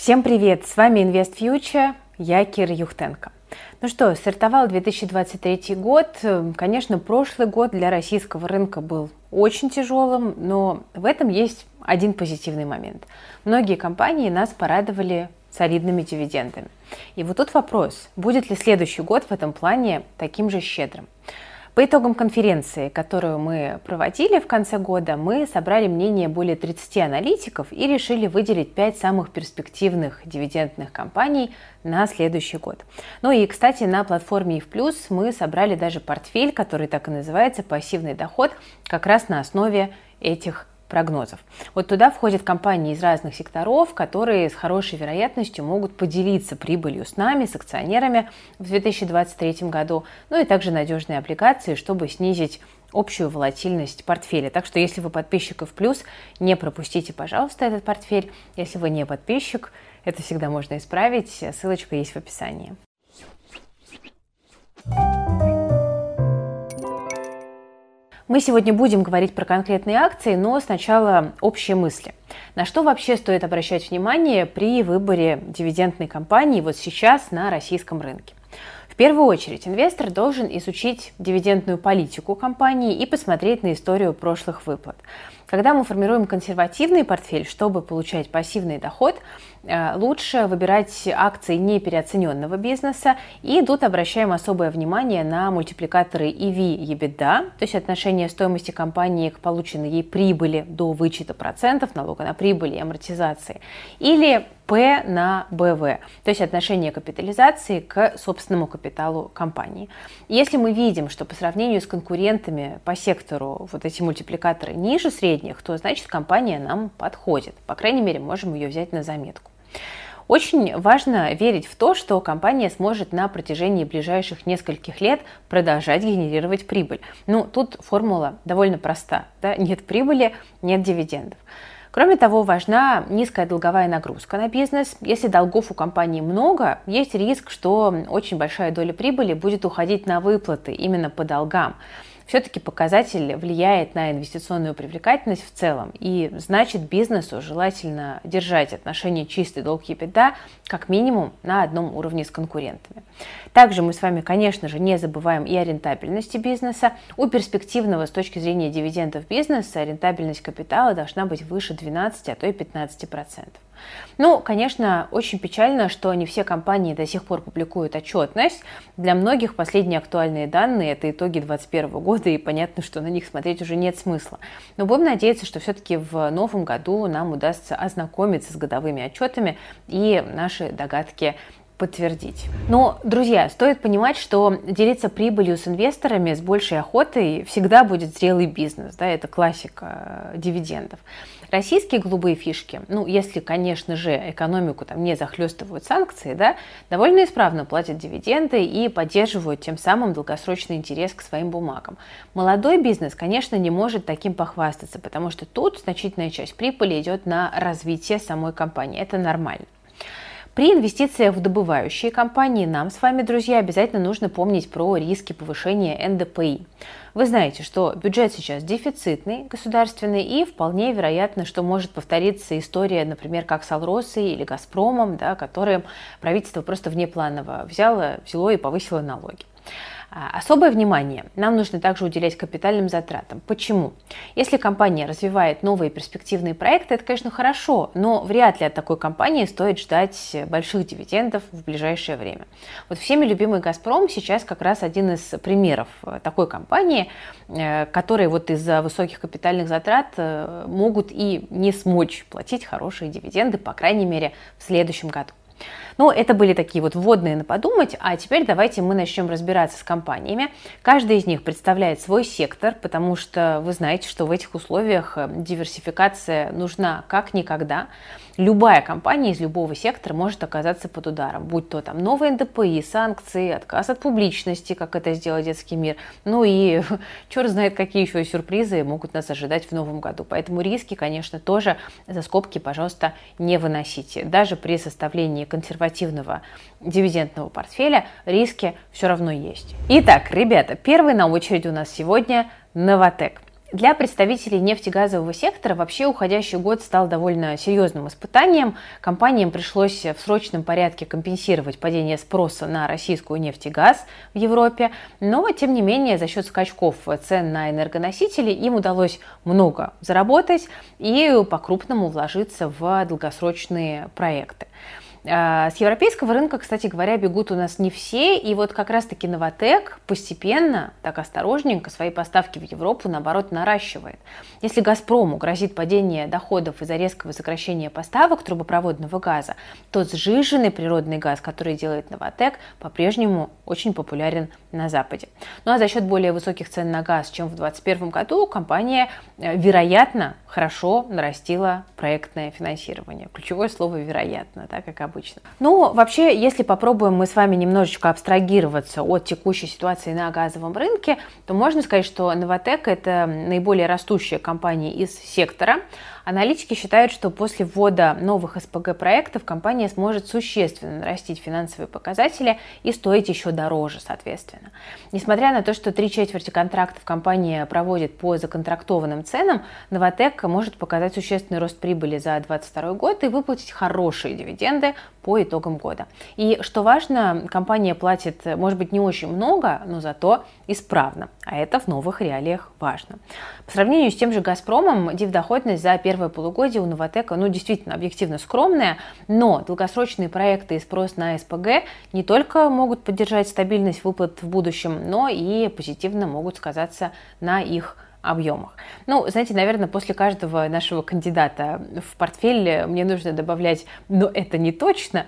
Всем привет! С вами Invest Future, я Кира Юхтенко. Ну что, стартовал 2023 год. Конечно, прошлый год для российского рынка был очень тяжелым, но в этом есть один позитивный момент. Многие компании нас порадовали солидными дивидендами. И вот тут вопрос, будет ли следующий год в этом плане таким же щедрым? По итогам конференции, которую мы проводили в конце года, мы собрали мнение более 30 аналитиков и решили выделить 5 самых перспективных дивидендных компаний на следующий год. Ну и, кстати, на платформе EVPlus мы собрали даже портфель, который так и называется «Пассивный доход», как раз на основе этих прогнозов. Вот туда входят компании из разных секторов, которые с хорошей вероятностью могут поделиться прибылью с нами, с акционерами в 2023 году, ну и также надежные облигации, чтобы снизить общую волатильность портфеля. Так что если вы подписчик EVPlus, не пропустите, пожалуйста, этот портфель. Если вы не подписчик, это всегда можно исправить. Ссылочка есть в описании. Мы сегодня будем говорить про конкретные акции, но сначала общие мысли. На что вообще стоит обращать внимание при выборе дивидендной компании вот сейчас на российском рынке? В первую очередь, инвестор должен изучить дивидендную политику компании и посмотреть на историю прошлых выплат. Когда мы формируем консервативный портфель, чтобы получать пассивный доход, лучше выбирать акции непереоцененного бизнеса, и тут обращаем особое внимание на мультипликаторы EV/EBITDA, то есть отношение стоимости компании к полученной ей прибыли до вычета процентов, налога на прибыль и амортизации, или P на BV, то есть отношение капитализации к собственному капиталу компании. Если мы видим, что по сравнению с конкурентами по сектору вот эти мультипликаторы ниже средних, то значит компания нам подходит. По крайней мере, можем ее взять на заметку. Очень важно верить в то, что компания сможет на протяжении ближайших нескольких лет продолжать генерировать прибыль. Ну, тут формула довольно проста. Да? Нет прибыли, нет дивидендов. Кроме того, важна низкая долговая нагрузка на бизнес. Если долгов у компании много, есть риск, что очень большая доля прибыли будет уходить на выплаты именно по долгам. Все-таки показатель влияет на инвестиционную привлекательность в целом, и значит бизнесу желательно держать отношение чистый долг EBITDA как минимум на одном уровне с конкурентами. Также мы с вами, конечно же, не забываем и о рентабельности бизнеса. У перспективного с точки зрения дивидендов бизнеса рентабельность капитала должна быть выше 12, а то и 15%. Ну, конечно, очень печально, что не все компании до сих пор публикуют отчетность. Для многих последние актуальные данные – это итоги 2021 года, и понятно, что на них смотреть уже нет смысла. Но будем надеяться, что все-таки в новом году нам удастся ознакомиться с годовыми отчетами и наши догадки подтвердить. Но, друзья, стоит понимать, что делиться прибылью с инвесторами с большей охотой всегда будет зрелый бизнес. Да, это классика дивидендов. Российские голубые фишки, ну, если, конечно же, экономику там не захлестывают санкции, да, довольно исправно платят дивиденды и поддерживают тем самым долгосрочный интерес к своим бумагам. Молодой бизнес, конечно, не может таким похвастаться, потому что тут значительная часть прибыли идет на развитие самой компании. Это нормально. При инвестициях в добывающие компании нам с вами, друзья, обязательно нужно помнить про риски повышения НДПИ. Вы знаете, что бюджет сейчас дефицитный, государственный, и вполне вероятно, что может повториться история, например, как с Алросой или Газпромом, да, которые правительство просто внепланово взяло и повысило налоги. Особое внимание нам нужно также уделять капитальным затратам. Почему? Если компания развивает новые перспективные проекты, это, конечно, хорошо, но вряд ли от такой компании стоит ждать больших дивидендов в ближайшее время. Вот всеми любимый «Газпром» сейчас как раз один из примеров такой компании, которые вот из-за высоких капитальных затрат могут и не смочь платить хорошие дивиденды, по крайней мере, в следующем году. Ну, это были такие вот вводные на подумать, а теперь давайте мы начнем разбираться с компаниями. Каждый из них представляет свой сектор, потому что вы знаете, что в этих условиях диверсификация нужна как никогда. Любая компания из любого сектора может оказаться под ударом, будь то там новые НДПИ, санкции, отказ от публичности, как это сделал детский мир, ну и черт знает, какие еще сюрпризы могут нас ожидать в новом году. Поэтому риски, конечно, тоже за скобки, пожалуйста, не выносите. Даже при составлении консервативного дивидендного портфеля риски все равно есть. Итак, ребята, первый на очереди у нас сегодня Новатэк. Для представителей нефтегазового сектора вообще уходящий год стал довольно серьезным испытанием. Компаниям пришлось в срочном порядке компенсировать падение спроса на российскую нефть и газ в Европе, но, тем не менее, за счет скачков цен на энергоносители им удалось много заработать и по-крупному вложиться в долгосрочные проекты. С европейского рынка, кстати говоря, бегут у нас не все, и вот как раз-таки Новатэк постепенно, так осторожненько, свои поставки в Европу, наоборот, наращивает. Если «Газпрому» грозит падение доходов из-за резкого сокращения поставок трубопроводного газа, то сжиженный природный газ, который делает Новатэк, по-прежнему очень популярен на Западе. Ну а за счет более высоких цен на газ, чем в 2021 году, компания, вероятно, хорошо нарастила проектное финансирование. Ключевое слово «вероятно», так как обычно. Ну, вообще, если попробуем мы с вами немножечко абстрагироваться от текущей ситуации на газовом рынке, то можно сказать, что Новатэк – это наиболее растущая компания из сектора. Аналитики считают, что после ввода новых СПГ-проектов компания сможет существенно нарастить финансовые показатели и стоить еще дороже, соответственно. Несмотря на то, что 3/4 контрактов компания проводит по законтрактованным ценам, Новатэк может показать существенный рост прибыли за 2022 год и выплатить хорошие дивиденды по итогам года. И, что важно, компания платит, может быть, не очень много, но зато исправно. А это в новых реалиях важно. По сравнению с тем же «Газпромом», дивдоходность за первое полугодие у Новатэка, действительно, объективно скромная, но долгосрочные проекты и спрос на СПГ не только могут поддержать стабильность выплат в будущем, но и позитивно могут сказаться на их объемах. Знаете, наверное, после каждого нашего кандидата в портфель мне нужно добавлять, но это не точно.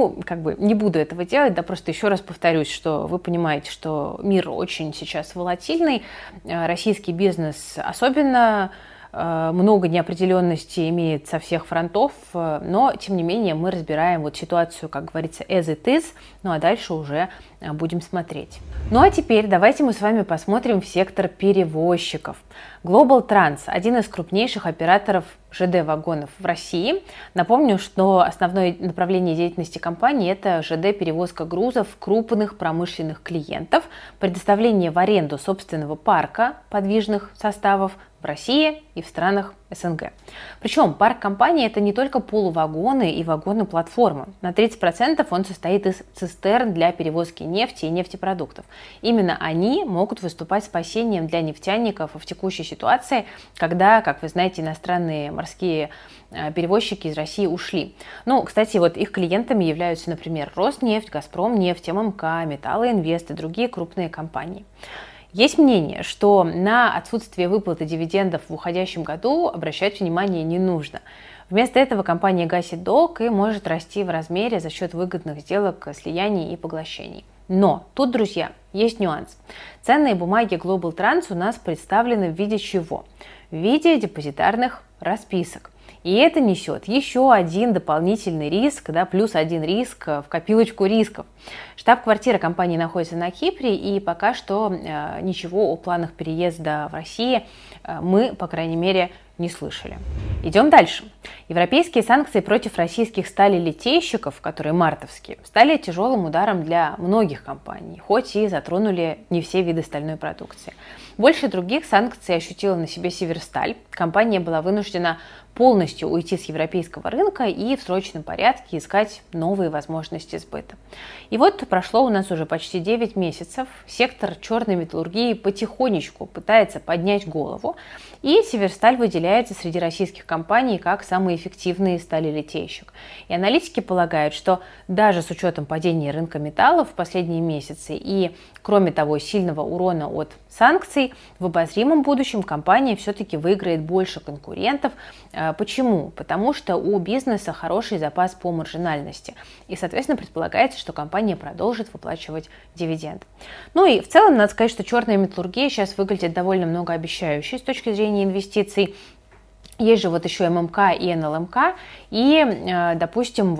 Не буду этого делать, просто еще раз повторюсь, что вы понимаете, что мир очень сейчас волатильный, российский бизнес особенно много неопределенности имеет со всех фронтов, но, тем не менее, мы разбираем ситуацию, как говорится, as it is, а дальше уже будем смотреть. А теперь давайте мы с вами посмотрим в сектор перевозчиков. Global Trans – один из крупнейших операторов ЖД-вагонов в России. Напомню, что основное направление деятельности компании – это ЖД-перевозка грузов крупных промышленных клиентов, предоставление в аренду собственного парка подвижных составов в России и в странах СНГ. Причем парк компании – это не только полувагоны и вагоны-платформы. На 30% он состоит из цистерн для перевозки нефти и нефтепродуктов. Именно они могут выступать спасением для нефтяников в текущей ситуации, когда, как вы знаете, иностранные морские перевозчики из России ушли. Кстати, их клиентами являются, например, Роснефть, Газпромнефть, ММК, Металлоинвест и другие крупные компании. Есть мнение, что на отсутствие выплаты дивидендов в уходящем году обращать внимание не нужно. Вместо этого компания гасит долг и может расти в размере за счет выгодных сделок, слияний и поглощений. Но тут, друзья, есть нюанс. Ценные бумаги Global Trans у нас представлены в виде чего? В виде депозитарных расписок. И это несет еще один дополнительный риск, плюс один риск в копилочку рисков. Штаб-квартира компании находится на Кипре, и пока что ничего о планах переезда в Россию мы, по крайней мере, не слышали. Идем дальше. Европейские санкции против российских сталелитейщиков, которые мартовские, стали тяжелым ударом для многих компаний, хоть и затронули не все виды стальной продукции. Больше других санкций ощутила на себе Северсталь. Компания была вынуждена полностью уйти с европейского рынка и в срочном порядке искать новые возможности сбыта. И прошло у нас уже почти 9 месяцев. Сектор черной металлургии потихонечку пытается поднять голову, и Северсталь выделяется среди российских компаний как самый эффективный сталелитейщик. И аналитики полагают, что даже с учетом падения рынка металлов в последние месяцы и, кроме того, сильного урона от санкций, в обозримом будущем компания все-таки выиграет больше конкурентов. Почему? Потому что у бизнеса хороший запас по маржинальности. И, соответственно, предполагается, что компания продолжит выплачивать дивиденды. И в целом, надо сказать, что черная металлургия сейчас выглядит довольно многообещающей с точки зрения инвестиций. Есть же еще ММК и НЛМК, и, допустим,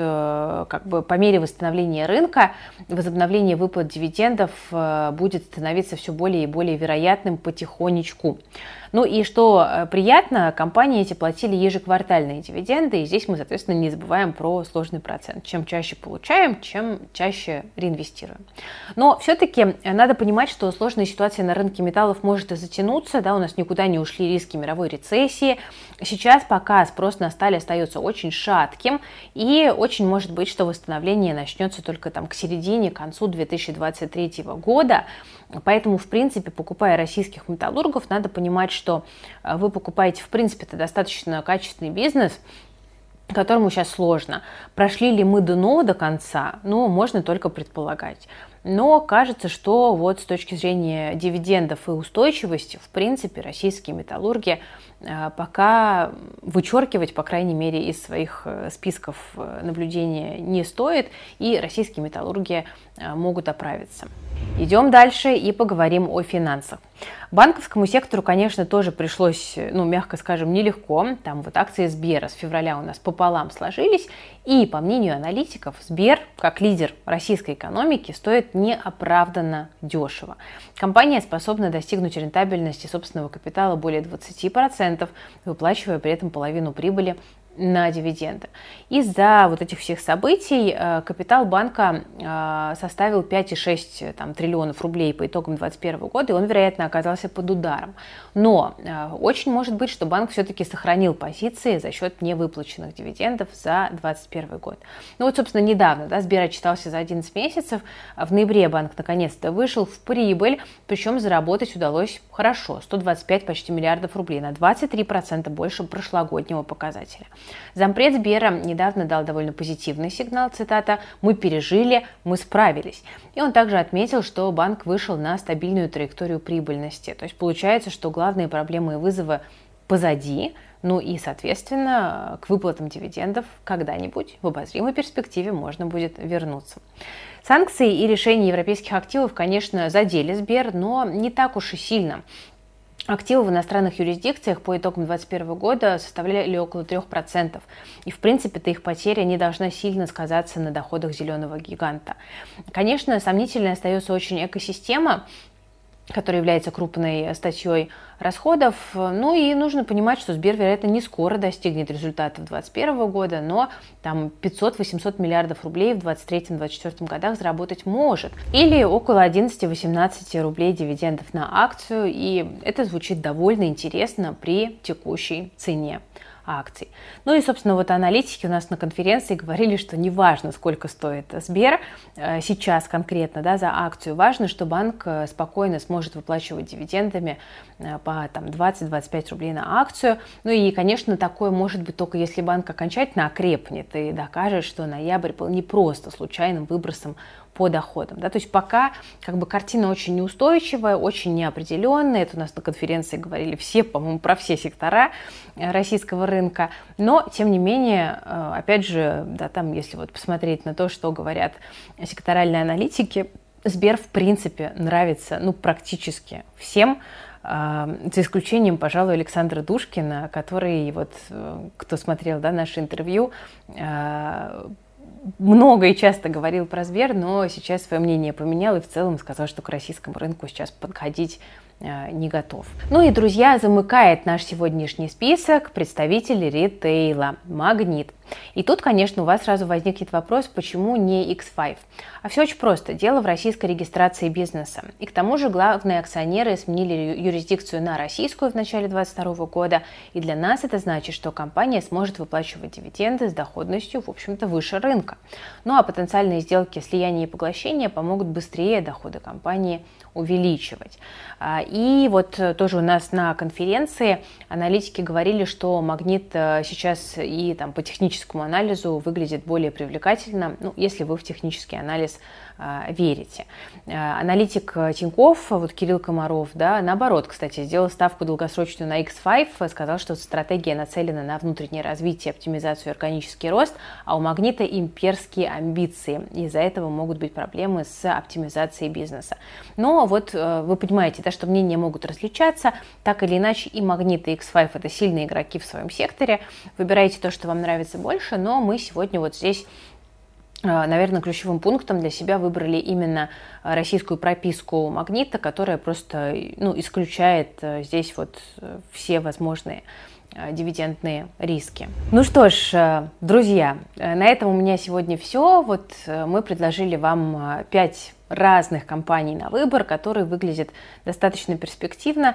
по мере восстановления рынка возобновление выплат дивидендов будет становиться все более и более вероятным потихонечку. Ну и что приятно, компании эти платили ежеквартальные дивиденды, и здесь мы, соответственно, не забываем про сложный процент. Чем чаще получаем, чем чаще реинвестируем. Но все-таки надо понимать, что сложная ситуация на рынке металлов может и затянуться, да, у нас никуда не ушли риски мировой рецессии. Сейчас пока спрос на сталь остается очень шатким, и очень может быть, что восстановление начнется только там к середине, к концу 2023 года. Поэтому, в принципе, покупая российских металлургов, надо понимать, что вы покупаете, в принципе-то, достаточно качественный бизнес, которому сейчас сложно. Прошли ли мы дно до конца? Ну, можно только предполагать. Но кажется, что вот с точки зрения дивидендов и устойчивости, в принципе, российские металлурги пока вычеркивать, по крайней мере, из своих списков наблюдения не стоит, и российские металлурги могут оправиться. Идем дальше и поговорим о финансах. Банковскому сектору, конечно, тоже пришлось, мягко скажем, нелегко. Там вот акции Сбера с февраля у нас пополам сложились. И, по мнению аналитиков, Сбер, как лидер российской экономики, стоит неоправданно дешево. Компания способна достигнуть рентабельности собственного капитала более 20%, выплачивая при этом половину прибыли на дивиденды. Из-за вот этих всех событий капитал банка составил 5,6 триллионов рублей по итогам 2021 года, и он, вероятно, оказался под ударом. Но очень может быть, что банк все-таки сохранил позиции за счет невыплаченных дивидендов за 2021 год. Ну вот, собственно, недавно Сбер отчитался за 11 месяцев. В ноябре банк наконец-то вышел в прибыль, причем заработать удалось хорошо, 125 почти миллиардов рублей, на 23% больше прошлогоднего показателя. Зампред Сбера недавно дал довольно позитивный сигнал, цитата: «Мы пережили, мы справились». И он также отметил, что банк вышел на стабильную траекторию прибыльности. То есть получается, что главные проблемы и вызовы позади, ну и, соответственно, к выплатам дивидендов когда-нибудь в обозримой перспективе можно будет вернуться. Санкции и решения европейских активов, конечно, задели Сбер, но не так уж и сильно. Активы в иностранных юрисдикциях по итогам 2021 года составляли около 3%. И, в принципе-то, их потеря не должна сильно сказаться на доходах зеленого гиганта. Конечно, сомнительной остается очень экосистема, которая является крупной статьей расходов. Ну и нужно понимать, что Сбер, вероятно, не скоро достигнет результатов 2021 года, но там 500-800 миллиардов рублей в 2023-2024 годах заработать может. Или около 11-18 рублей дивидендов на акцию. И это звучит довольно интересно при текущей цене акций. Ну и, собственно, вот аналитики у нас на конференции говорили, что не важно, сколько стоит Сбер сейчас конкретно, за акцию. Важно, что банк спокойно сможет выплачивать дивидендами по 20-25 рублей на акцию. Ну и, конечно, такое может быть только если банк окончательно окрепнет и докажет, что ноябрь был не просто случайным выбросом по доходам. То есть пока картина очень неустойчивая, очень неопределенная. Это у нас на конференции говорили все, по-моему, про все сектора российского рынка. Но, тем не менее, опять же, там, если вот посмотреть на то, что говорят секторальные аналитики, Сбер, в принципе, нравится практически всем, за исключением, пожалуй, Александра Душкина, который, кто смотрел наше интервью, много и часто говорил про Сбер, но сейчас свое мнение поменял и в целом сказал, что к российскому рынку сейчас подходить не готов. Ну и, друзья, замыкает наш сегодняшний список представитель ритейла «Магнит». И тут, конечно, у вас сразу возникнет вопрос, почему не X5? А все очень просто. Дело в российской регистрации бизнеса. И к тому же главные акционеры сменили юрисдикцию на российскую в начале 2022 года. И для нас это значит, что компания сможет выплачивать дивиденды с доходностью, в общем-то, выше рынка. Ну а потенциальные сделки слияния и поглощения помогут быстрее доходы компании увеличивать. И вот тоже у нас на конференции аналитики говорили, что «Магнит» сейчас и по техническому анализу выглядит более привлекательно, если вы в технический анализ верите. Аналитик Тинькофф, Кирилл Комаров, наоборот, кстати, сделал ставку долгосрочную на X5, сказал, что стратегия нацелена на внутреннее развитие, оптимизацию и органический рост, а у «Магнита» имперские амбиции. Из-за этого могут быть проблемы с оптимизацией бизнеса. Но вы понимаете, что мнения могут различаться. Так или иначе, и «Магнит», и X5 – это сильные игроки в своем секторе. Выбирайте то, что вам нравится больше, но мы сегодня здесь наверное, ключевым пунктом для себя выбрали именно российскую прописку «Магнита», которая просто исключает здесь все возможные дивидендные риски. Ну что ж, друзья, на этом у меня сегодня все. Мы предложили вам 5 разных компаний на выбор, которые выглядят достаточно перспективно,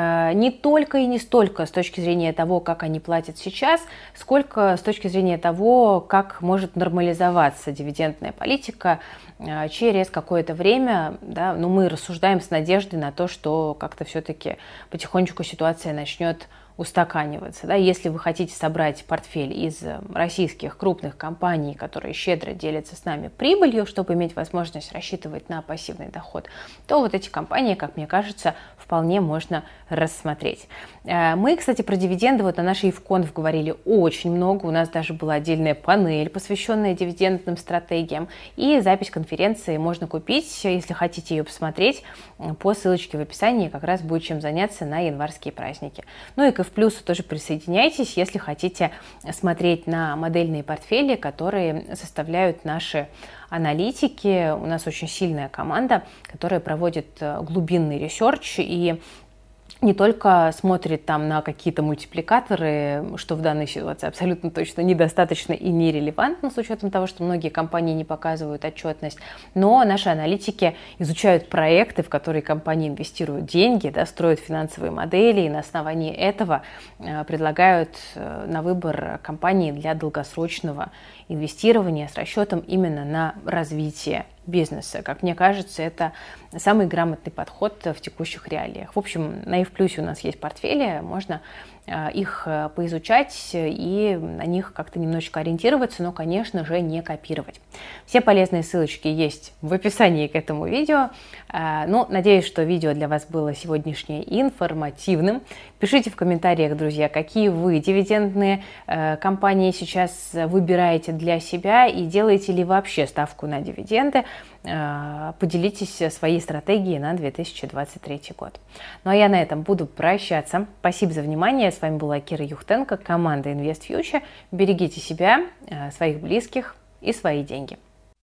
не только и не столько с точки зрения того, как они платят сейчас, сколько с точки зрения того, как может нормализоваться дивидендная политика через какое-то время. Да, мы рассуждаем с надеждой на то, что как-то все-таки потихонечку ситуация начнет устаканиваться. Да? Если вы хотите собрать портфель из российских крупных компаний, которые щедро делятся с нами прибылью, чтобы иметь возможность рассчитывать на пассивный доход, то эти компании, как мне кажется, вполне можно рассмотреть. Мы, кстати, про дивиденды на нашей ИФКонф говорили очень много. У нас даже была отдельная панель, посвященная дивидендным стратегиям. И запись конференции можно купить, если хотите ее посмотреть, по ссылочке в описании. Как раз будет чем заняться на январские праздники. И к Плюсу тоже присоединяйтесь, если хотите смотреть на модельные портфели, которые составляют наши аналитики. У нас очень сильная команда, которая проводит глубинный ресерч и не только смотрит там на какие-то мультипликаторы, что в данной ситуации абсолютно точно недостаточно и нерелевантно, с учетом того, что многие компании не показывают отчетность, но наши аналитики изучают проекты, в которые компании инвестируют деньги, строят финансовые модели, и на основании этого предлагают на выбор компании для долгосрочного инвестирования с расчетом именно на развитие бизнеса. Как мне кажется, это самый грамотный подход в текущих реалиях. В общем, на ИФ-плюсе у нас есть портфели, можно их поизучать и на них как-то немножечко ориентироваться, но, конечно же, не копировать. Все полезные ссылочки есть в описании к этому видео. Надеюсь, что видео для вас было сегодняшнее информативным. Пишите в комментариях, друзья, какие вы дивидендные компании сейчас выбираете для себя и делаете ли вообще ставку на дивиденды. Поделитесь своей стратегией на 2023 год. А я на этом буду прощаться. Спасибо за внимание. С вами была Кира Юхтенко, команда InvestFuture. Берегите себя, своих близких и свои деньги.